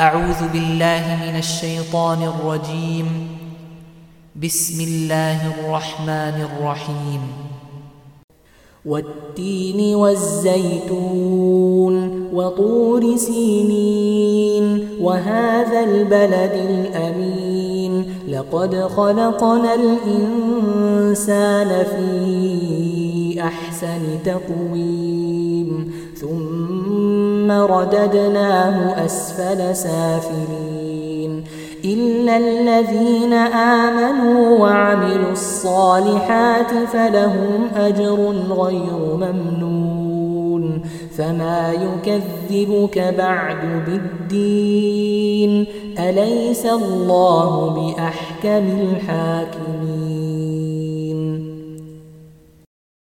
أعوذ بالله من الشيطان الرجيم. بسم الله الرحمن الرحيم. والتين والزيتون وطور سينين وهذا البلد الأمين لقد خلقنا الإنسان في أحسن تقويم ثم رددناه أسفل سافلين إلا الذين آمنوا وعملوا الصالحات فلهم أجر غير ممنون فما يكذبك بعد بالدين أليس الله بأحكم الحاكمين.